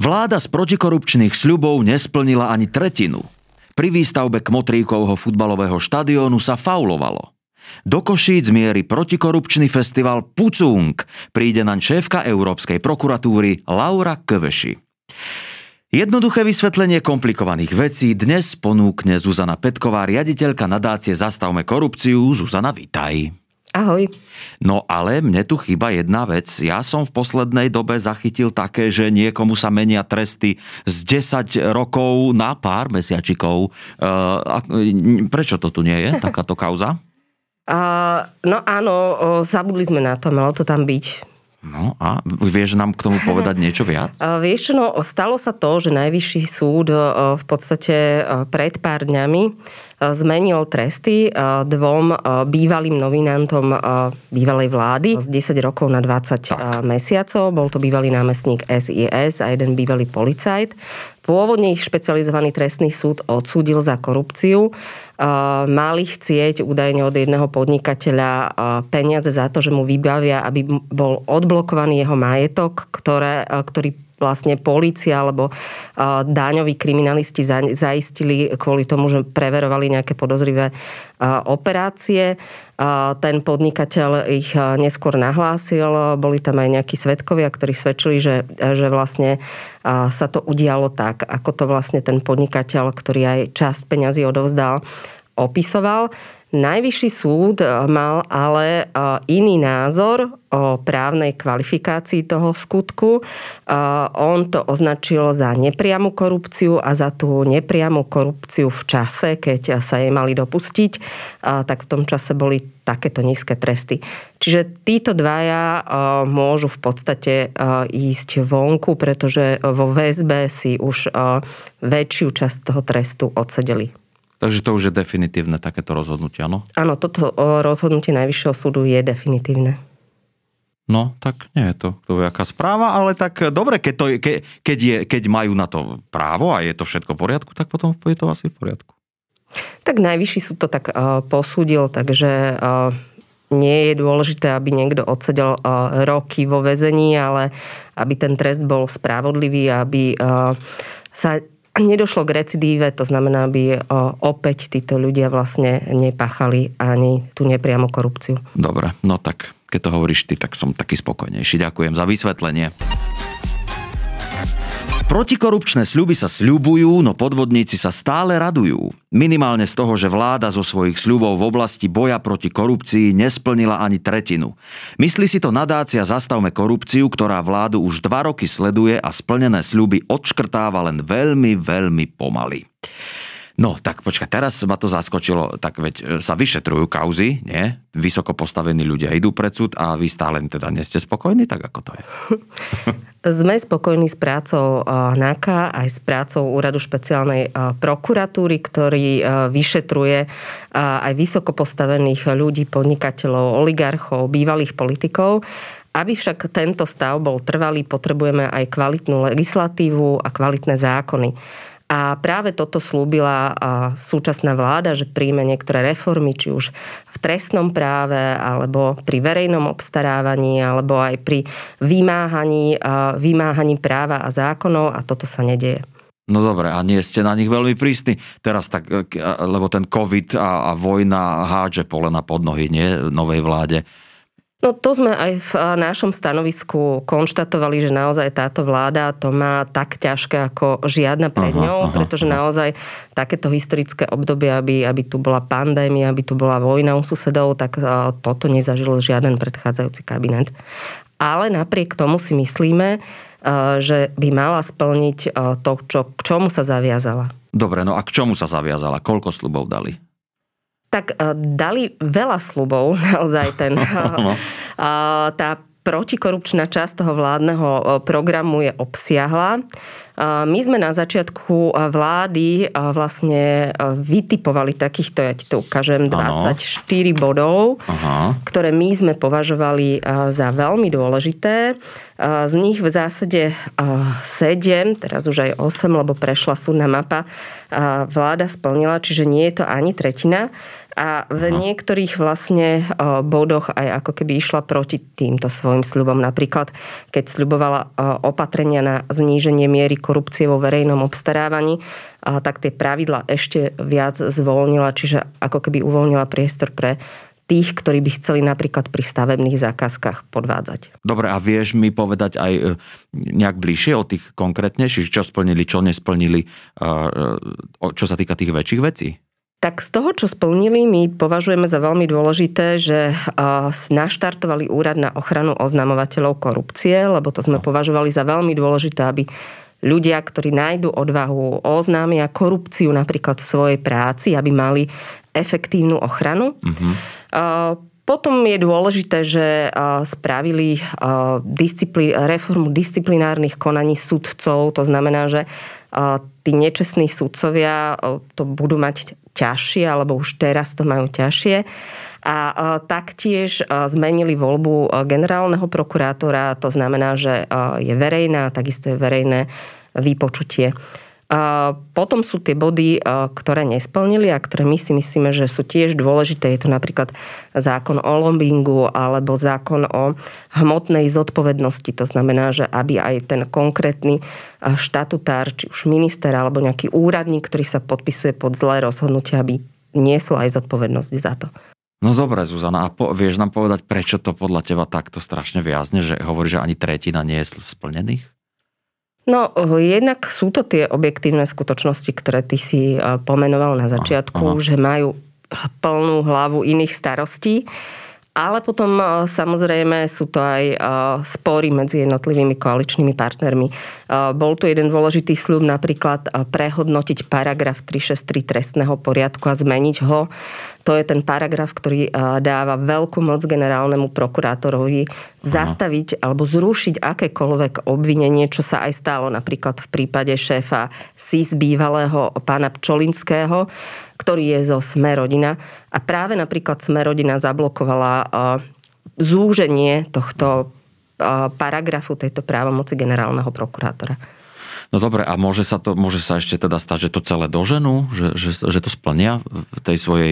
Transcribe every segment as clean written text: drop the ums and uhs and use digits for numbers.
Vláda z protikorupčných sľubov nesplnila ani tretinu. Pri výstavbe Kmotríkovho futbalového štadiónu sa faulovalo. Do Košíc mierí protikorupčný festival Pucung. Príde naň šéfka Európskej prokuratúry Laura Kövesi. Jednoduché vysvetlenie komplikovaných vecí dnes ponúkne Zuzana Petková, riaditeľka nadácie Zastavme korupciu. Zuzana, vitaj. Ahoj. No ale mne tu chýba jedna vec. Ja som v poslednej dobe zachytil také, že niekomu sa menia tresty z 10 rokov na pár mesiačikov. Prečo to tu nie je, takáto kauza? No áno, zabudli sme na to, malo to tam byť. No a vieš nám k tomu povedať niečo viac? Vieš čo, no, stalo sa to, že Najvyšší súd v podstate pred pár dňami zmenil tresty dvom bývalým nominantom bývalej vlády z 10 rokov na 20 mesiacov. Bol to bývalý námestník SIS a jeden bývalý policajt. Pôvodne ich špecializovaný trestný súd odsúdil za korupciu. Mali chcieť údajne od jedného podnikateľa peniaze za to, že mu vybavia, aby bol odblokovaný jeho majetok, ktorý vlastne polícia alebo daňoví kriminalisti zaistili kvôli tomu, že preverovali nejaké podozrivé operácie. Ten podnikateľ ich neskôr nahlásil. Boli tam aj nejakí svedkovia, ktorí svedčili, že vlastne sa to udialo tak, ako to vlastne ten podnikateľ, ktorý aj časť peňazí odovzdal, opisoval. Najvyšší súd mal ale iný názor o právnej kvalifikácii toho skutku. On to označil za nepriamu korupciu a za tú nepriamu korupciu v čase, keď sa jej mali dopustiť, tak v tom čase boli takéto nízke tresty. Čiže títo dvaja môžu v podstate ísť vonku, pretože vo väzbe si už väčšiu časť toho trestu odsedeli. Takže to už je definitívne takéto rozhodnutie, áno? Áno, toto rozhodnutie Najvyššieho súdu je definitívne. No, tak nie je to jaká správa, ale tak dobre, keď majú na to právo a je to všetko v poriadku, tak potom je to asi v poriadku. Tak Najvyšší súd to tak posúdil, takže nie je dôležité, aby niekto odsedel roky vo väzení, ale aby ten trest bol spravodlivý, aby sa nedošlo k recidíve, to znamená, aby opäť títo ľudia vlastne nepáchali ani tú nepriamu korupciu. Dobre, no tak keď to hovoríš ty, tak som taký spokojnejší. Ďakujem za vysvetlenie. Protikorupčné sľuby sa sľubujú, no podvodníci sa stále radujú. Minimálne z toho, že vláda zo svojich sľubov v oblasti boja proti korupcii nesplnila ani tretinu. Myslí si to nadácia Zastavme korupciu, ktorá vládu už 2 roky sleduje a splnené sľuby odškrtáva len veľmi, veľmi pomaly. No, tak počkaj, teraz ma to zaskočilo. Tak veď sa vyšetrujú kauzy, nie? Vysoko postavení ľudia idú pred súd a vy stále teda nie ste spokojní? Tak ako to je? Sme spokojní s prácou NAKA aj s prácou Úradu špeciálnej prokuratúry, ktorý vyšetruje aj vysoko postavených ľudí, podnikateľov, oligarchov, bývalých politikov. Aby však tento stav bol trvalý, potrebujeme aj kvalitnú legislatívu a kvalitné zákony. A práve toto slúbila súčasná vláda, že príjme niektoré reformy, či už v trestnom práve, alebo pri verejnom obstarávaní, alebo aj pri vymáhaní práva a zákonov, a toto sa nedeje. No dobre, a nie ste na nich veľmi prísni teraz, tak, lebo ten COVID a vojna hádže polena pod nohy, nie? Novej vláde. No to sme aj v našom stanovisku konštatovali, že naozaj táto vláda to má tak ťažké ako žiadna pred ňou, pretože naozaj takéto historické obdobie, aby tu bola pandémia, aby tu bola vojna u susedov, tak toto nezažil žiaden predchádzajúci kabinet. Ale napriek tomu si myslíme, že by mala splniť to, k čomu sa zaviazala. Dobre, no a k čomu sa zaviazala? Koľko sľubov dali? Tak dali veľa sľubov, naozaj tá protikorupčná časť toho vládneho programu je obsiahla. My sme na začiatku vlády vlastne vytipovali takýchto, ja ti to ukážem, 24 bodov, ktoré my sme považovali za veľmi dôležité. Z nich v zásade 7, teraz už aj 8, lebo prešla súdna mapa, vláda splnila, čiže nie je to ani tretina. A v niektorých vlastne bodoch aj ako keby išla proti týmto svojim sľubom. Napríklad, keď sľubovala opatrenia na zníženie miery korupcie vo verejnom obstarávaní, tak tie pravidlá ešte viac zvolnila, čiže ako keby uvoľnila priestor pre tých, ktorí by chceli napríklad pri stavebných zákazkách podvádzať. Dobre, a vieš mi povedať aj nejak bližšie o tých konkrétnejších, čo splnili, čo nesplnili, čo sa týka tých väčších vecí? Tak z toho, čo splnili, my považujeme za veľmi dôležité, že naštartovali úrad na ochranu oznamovateľov korupcie, lebo to sme považovali za veľmi dôležité, aby ľudia, ktorí nájdu odvahu, oznámia korupciu napríklad v svojej práci, aby mali efektívnu ochranu. Potom je dôležité, že spravili reformu disciplinárnych konaní sudcov. To znamená, že tí nečestní sudcovia to budú mať ťažšie, alebo už teraz to majú ťažšie. A taktiež zmenili voľbu generálneho prokurátora. To znamená, že je verejná, takisto je verejné vypočutie. Potom sú tie body, ktoré nesplnili a ktoré my si myslíme, že sú tiež dôležité. Je to napríklad zákon o lobbingu alebo zákon o hmotnej zodpovednosti. To znamená, že aby aj ten konkrétny štatutár, či už minister alebo nejaký úradník, ktorý sa podpisuje pod zlé rozhodnutia, aby niesol aj zodpovednosť za to. No dobre, Zuzana, a vieš nám povedať, prečo to podľa teba takto strašne viazne, že hovorí, že ani tretina nie je splnených? No, jednak sú to tie objektívne skutočnosti, ktoré ty si pomenoval na začiatku, že majú plnú hlavu iných starostí, ale potom samozrejme sú to aj spory medzi jednotlivými koaličnými partnermi. Bol tu jeden dôležitý sľub, napríklad prehodnotiť paragraf 363 trestného poriadku a zmeniť ho. To je ten paragraf, ktorý dáva veľkú moc generálnemu prokurátorovi zastaviť alebo zrušiť akékoľvek obvinenie, čo sa aj stalo napríklad v prípade šéfa SIS bývalého pána Pčolinského, ktorý je zo Sme rodina. A práve napríklad Sme rodina zablokovala zúženie tohto paragrafu, tejto právomoci generálneho prokurátora. No dobre, a môže sa ešte teda stať, že to celé doženú? Že to splnia v tej svojej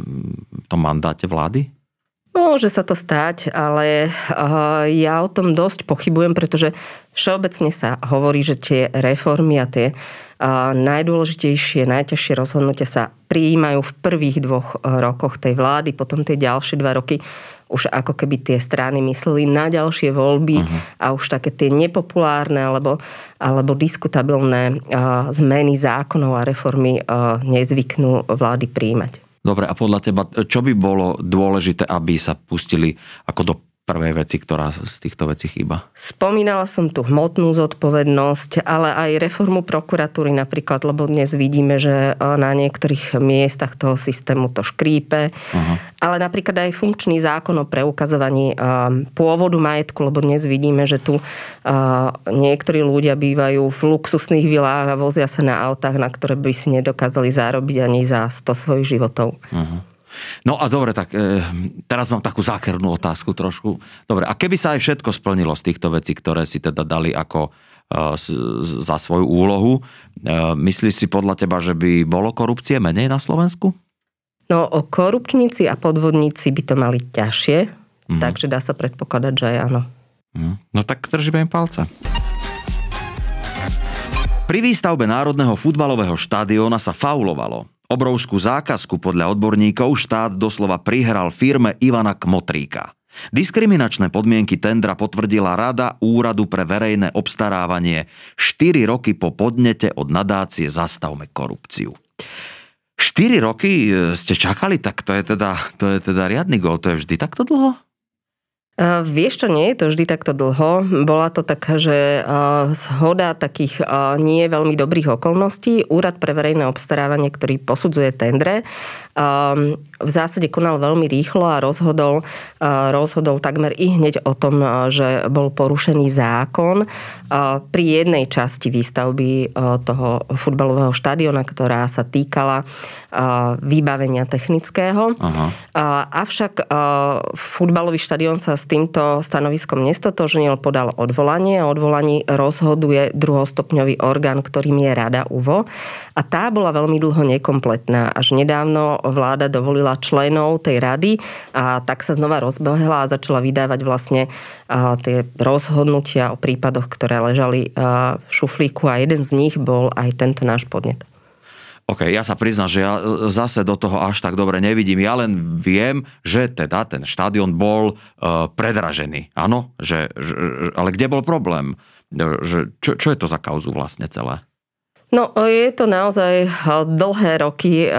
tom mandáte vlády? Môže sa to stať, ale ja o tom dosť pochybujem, pretože všeobecne sa hovorí, že tie reformy a tie najdôležitejšie, najťažšie rozhodnutia sa prijímajú v prvých 2 rokoch tej vlády, potom tie ďalšie 2 roky už ako keby tie strany mysleli na ďalšie voľby a už také tie nepopulárne alebo diskutabilné zmeny zákonov a reformy nezvyknú vlády prijímať. Dobre, a podľa teba, čo by bolo dôležité, aby sa pustili ako do prvej veci, ktorá z týchto vecí chýba? Spomínala som tu hmotnú zodpovednosť, ale aj reformu prokuratúry napríklad, lebo dnes vidíme, že na niektorých miestach toho systému to škrípe. Ale napríklad aj funkčný zákon o preukazovaní pôvodu majetku, lebo dnes vidíme, že tu niektorí ľudia bývajú v luxusných vilách a vozia sa na autách, na ktoré by si nedokázali zarobiť ani za 100 svojich životov. No a dobre, tak teraz mám takú zákernú otázku trošku. Dobre, a keby sa aj všetko splnilo z týchto vecí, ktoré si teda dali ako za svoju úlohu, myslíš si podľa teba, že by bolo korupcie menej na Slovensku? No, korupčníci a podvodníci by to mali ťažšie, takže dá sa predpokladať, že aj áno. No tak držíme im palce. Pri výstavbe Národného futbalového štadióna sa faulovalo. Obrovskú zákazku podľa odborníkov štát doslova prihral firme Ivana Kmotríka. Diskriminačné podmienky tendra potvrdila Rada Úradu pre verejné obstarávanie 4 roky po podnete od nadácie Zastavme korupciu. 4 roky ste čakali, tak to je teda riadny gól. To je vždy takto dlho? Vieš čo, nie je to vždy takto dlho. Bola to taká, že zhoda takých nie veľmi dobrých okolností. Úrad pre verejné obstarávanie, ktorý posudzuje tendre, v zásade konal veľmi rýchlo a rozhodol takmer i hneď o tom, že bol porušený zákon pri jednej časti výstavby toho futbalového štadióna, ktorá sa týkala vybavenia technického. Avšak futbalový štadión sa týmto stanoviskom nestotožnil, podal odvolanie a odvolaní rozhoduje druhostupňový orgán, ktorým je Rada UVO. A tá bola veľmi dlho nekompletná. Až nedávno vláda dovolila členov tej rady a tak sa znova rozbehla a začala vydávať vlastne tie rozhodnutia o prípadoch, ktoré ležali v šuflíku a jeden z nich bol aj tento náš podnet. OK, ja sa priznám, že ja zase do toho až tak dobre nevidím. Ja len viem, že teda ten štadión bol predražený. Áno? Ale kde bol problém? Čo je to za kauzu vlastne celé? No, je to naozaj dlhé roky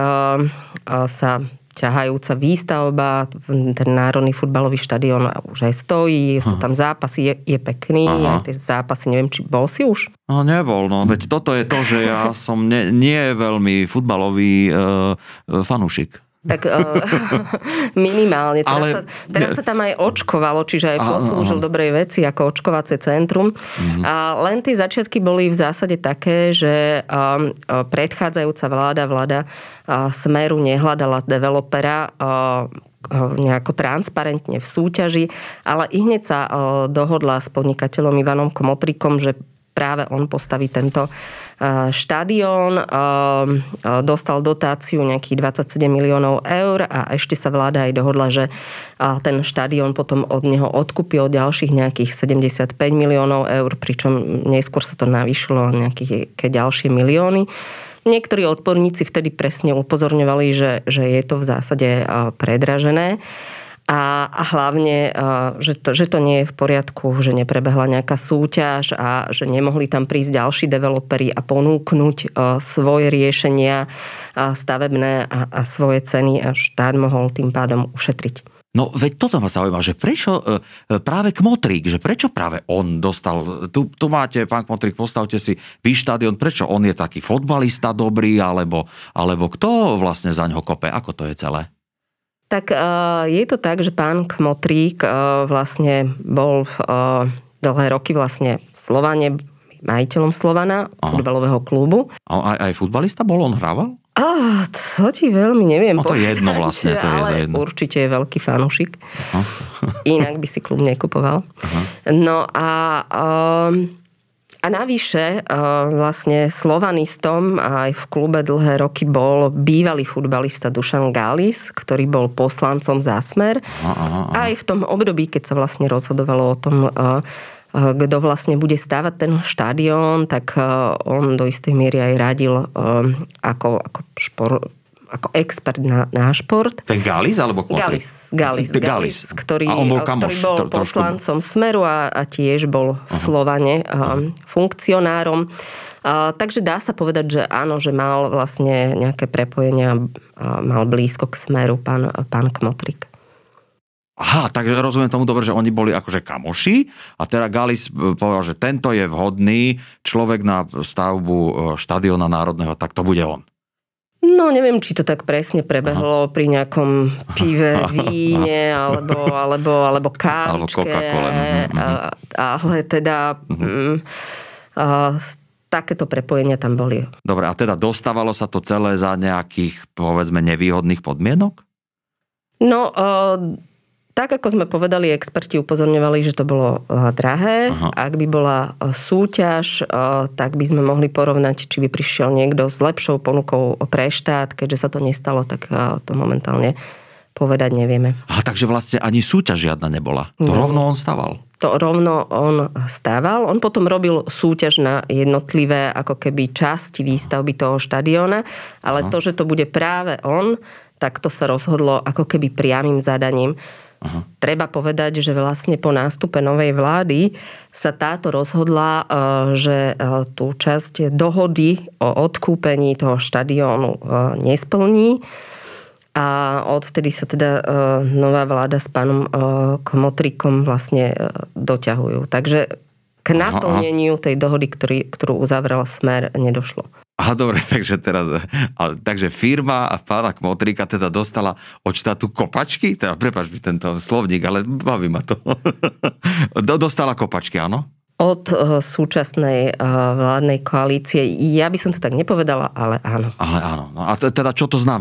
sa ťahajúca výstavba, ten Národný futbalový štadión už aj stojí, sú tam zápasy, je pekný, aj tie zápasy, neviem, či bol si už? No nebol, no veď toto je to, že ja som nie veľmi futbalový fanúšik. Tak minimálne. Teraz sa tam aj očkovalo, čiže aj poslúžil dobrej veci ako očkovacie centrum. A len tie začiatky boli v zásade také, že predchádzajúca vláda Smeru nehľadala developera nejako transparentne v súťaži, ale i hneď sa dohodla s podnikateľom Ivanom Kmotríkom, že práve on postaví tento štadión, dostal dotáciu nejakých 27 miliónov eur a ešte sa vláda aj dohodla, že ten štadión potom od neho odkúpi o ďalších nejakých 75 miliónov eur, pričom neskôr sa to navýšilo nejaké ďalšie milióny. Niektorí odborníci vtedy presne upozorňovali, že je to v zásade predražené. A hlavne, že to nie je v poriadku, že neprebehla nejaká súťaž a že nemohli tam prísť ďalší developeri a ponúknuť svoje riešenia stavebné a svoje ceny a štát mohol tým pádom ušetriť. No veď toto ma zaujíma, že prečo práve Kmotrík, že prečo práve on dostal, tu máte, pán Kmotrík, postavte si vy štadión, prečo on je taký fotbalista dobrý, alebo kto vlastne za ňoho kope, ako to je celé? Tak je to tak, že pán Kmotrík vlastne bol dlhé roky vlastne v Slovane, majiteľom Slovana, futbalového klubu. A aj futbalista bol, on hrával? To ti veľmi neviem povedať. To je jedno vlastne. Ale určite je veľký fanúšik. Inak by si klub nekupoval. No a navyše vlastne slovanistom aj v klube dlhé roky bol bývalý futbalista Dušan Galis, ktorý bol poslancom za Smer. Aj v tom období, keď sa vlastne rozhodovalo o tom, kto vlastne bude stávať ten štadión, tak on do istej miery aj radil ako expert na šport. Ten Galis alebo Kmotrík? Galis, ktorý bol poslancom Smeru a tiež bol v Slovane funkcionárom. Takže dá sa povedať, že áno, že mal vlastne nejaké prepojenia, mal blízko k Smeru pán Kmotrík. Aha, takže rozumiem tomu dobre, že oni boli akože kamoši a teda Galis povedal, že tento je vhodný človek na stavbu štadióna národného, tak to bude on. No, neviem, či to tak presne prebehlo pri nejakom pive, víne, alebo kávičke. Alebo Coca-Cola. Ale teda takéto prepojenia tam boli. Dobre, a teda dostávalo sa to celé za nejakých, povedzme, nevýhodných podmienok? No, tak ako sme povedali, experti upozorňovali, že to bolo drahé. Ak by bola súťaž, tak by sme mohli porovnať, či by prišiel niekto s lepšou ponukou pre štát. Keďže sa to nestalo, tak to momentálne povedať nevieme. Takže vlastne ani súťaž žiadna nebola. To rovno on stával. To rovno on stával. On potom robil súťaž na jednotlivé ako keby časti výstavby toho štadióna, ale to, že to bude práve on, tak to sa rozhodlo ako keby priamym zadaním. Treba povedať, že vlastne po nástupe novej vlády sa táto rozhodla, že tú časť dohody o odkúpení toho štadiónu nesplní. A odtedy sa teda nová vláda s pánom Kmotríkom vlastne doťahujú. Takže k naplneniu tej dohody, ktorú uzavrel Smer, nedošlo. Aha, dobre, takže firma a pána Kmotríka teda dostala od štátu kopačky? Teda, prepáč mi tento slovník, ale baví ma to. Dostala kopačky, áno? Od súčasnej vládnej koalície. Ja by som to tak nepovedala, ale áno. Ale áno. No a teda čo to znamená?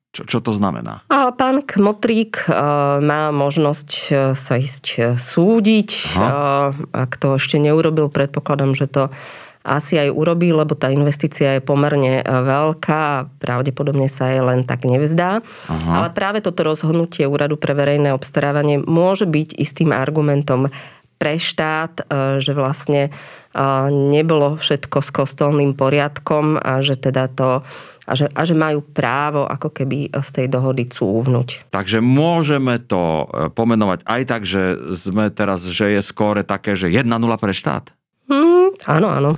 Čo to znamená? A pán Kmotrík má možnosť sa ísť súdiť. Ak to ešte neurobil, predpokladám, že to asi aj urobí, lebo tá investícia je pomerne veľká a pravdepodobne sa jej len tak nevzdá. Ale práve toto rozhodnutie Úradu pre verejné obstarávanie môže byť istým argumentom pre štát, že vlastne nebolo všetko s kostolným poriadkom a že teda a že majú právo ako keby z tej dohody cúvnuť. Takže môžeme to pomenovať aj tak, že sme teraz, že je skóre také, že 1-0 pre štát? Áno.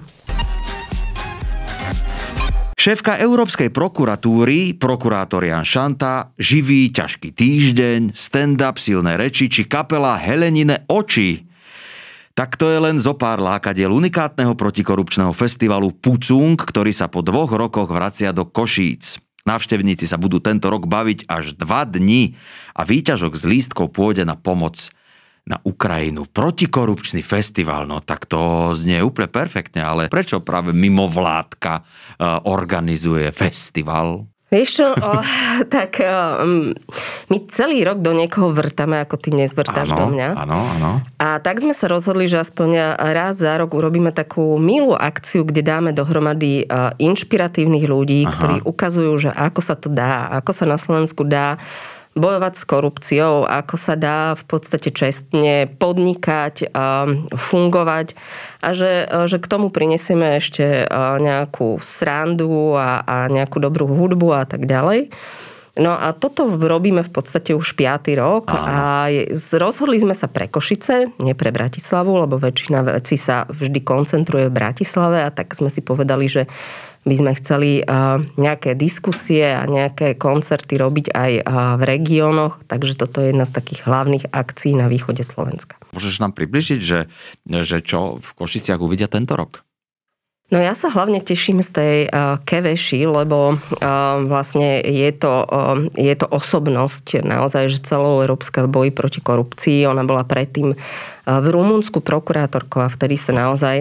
Šéfka Európskej prokuratúry, prokurátor Jan Šanta, živý, ťažký týždeň, stand-up, silné reči či kapela Helenine oči. Tak to je len zo pár lákadiel unikátneho protikorupčného festivalu Pucung, ktorý sa po 2 rokoch vracia do Košíc. Návštevníci sa budú tento rok baviť až 2 dni a výťažok z lístkov pôjde na pomoc na Ukrajinu. Protikorupčný festival, no tak to znie úplne perfektne, ale prečo práve mimovládka organizuje festival? Vieš čo, tak my celý rok do niekoho vrtame, ako ty dnes vrtáš do mňa. Áno. A tak sme sa rozhodli, že aspoň raz za rok urobíme takú milú akciu, kde dáme dohromady inšpiratívnych ľudí, ktorí ukazujú, že ako sa to dá, ako sa na Slovensku dá bojovať s korupciou, ako sa dá v podstate čestne podnikať, fungovať a že k tomu prinesieme ešte nejakú srandu a nejakú dobrú hudbu a tak ďalej. No a toto robíme v podstate už 5. rok a rozhodli sme sa pre Košice, nie pre Bratislavu, lebo väčšina vecí sa vždy koncentruje v Bratislave a tak sme si povedali, že by sme chceli nejaké diskusie a nejaké koncerty robiť aj v regiónoch, takže toto je jedna z takých hlavných akcií na východe Slovenska. Môžeš nám približiť, že čo v Košiciach uvidia tento rok? No ja sa hlavne teším z tej Keveši, lebo vlastne je to osobnosť naozaj, že celoeurópska v boji proti korupcii. Ona bola predtým v Rumunsku prokurátorkou a vtedy sa naozaj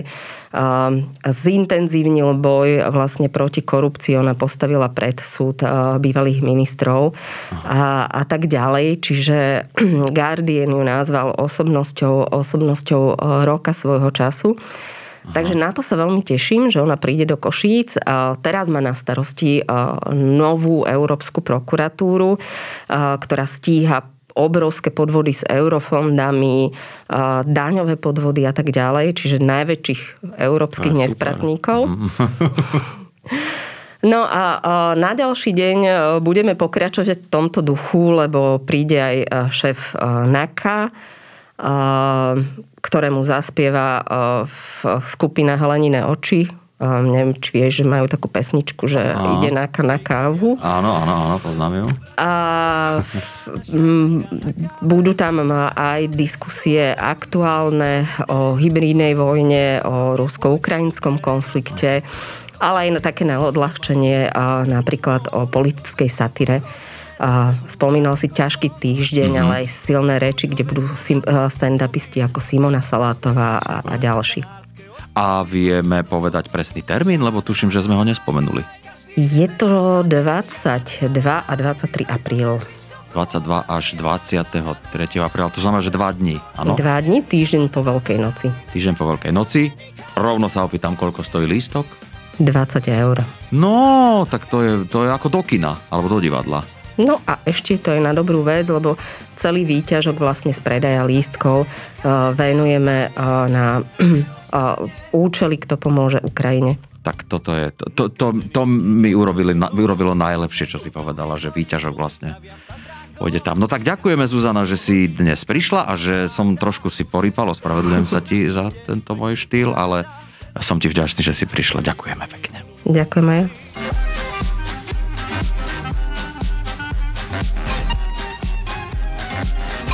zintenzívnil boj vlastne proti korupcii. Ona postavila pred súd bývalých ministrov a tak ďalej. Čiže Guardian ju nazval osobnosťou roka svojho času. Takže na to sa veľmi teším, že ona príde do Košíc. Teraz má na starosti novú Európsku prokuratúru, ktorá stíha obrovské podvody s eurofondami, daňové podvody a tak ďalej. Čiže najväčších európskych nespratníkov. No a na ďalší deň budeme pokračovať v tomto duchu, lebo príde aj šéf NAKA, ktorému zaspieva skupina Helenine oči. Neviem, či vieš, že majú takú pesničku, že ide na kávu. Áno, poznám ju. A budú tam aj diskusie aktuálne o hybridnej vojne, o rusko-ukrajinskom konflikte, ale aj na také odľahčenie napríklad o politickej satire. Spomínal si ťažký týždeň, ale aj silné reči, kde budú stand-upisti ako Simona Salátová a ďalší. A vieme povedať presný termín, lebo tuším, že sme ho nespomenuli. Je to 22 a 23 apríl. 22 až 23. apríla, to znamená, že 2 dní, áno? 2 dní, týždeň po Veľkej noci. Týždeň po Veľkej noci. Rovno sa opýtam, koľko stojí lístok? 20 eur. No, tak to je ako do kina, alebo do divadla. No a ešte to je na dobrú vec, lebo celý výťažok vlastne z predaja lístkov venujeme na účely, kto pomôže Ukrajine. Tak toto je, to mi urobilo najlepšie, čo si povedala, že výťažok vlastne pôjde tam. No tak ďakujeme, Zuzana, že si dnes prišla a že som trošku si porýpal, ospravedlňujem sa ti za tento môj štýl, ale som ti vďačný, že si prišla. Ďakujeme pekne. Ďakujem aj.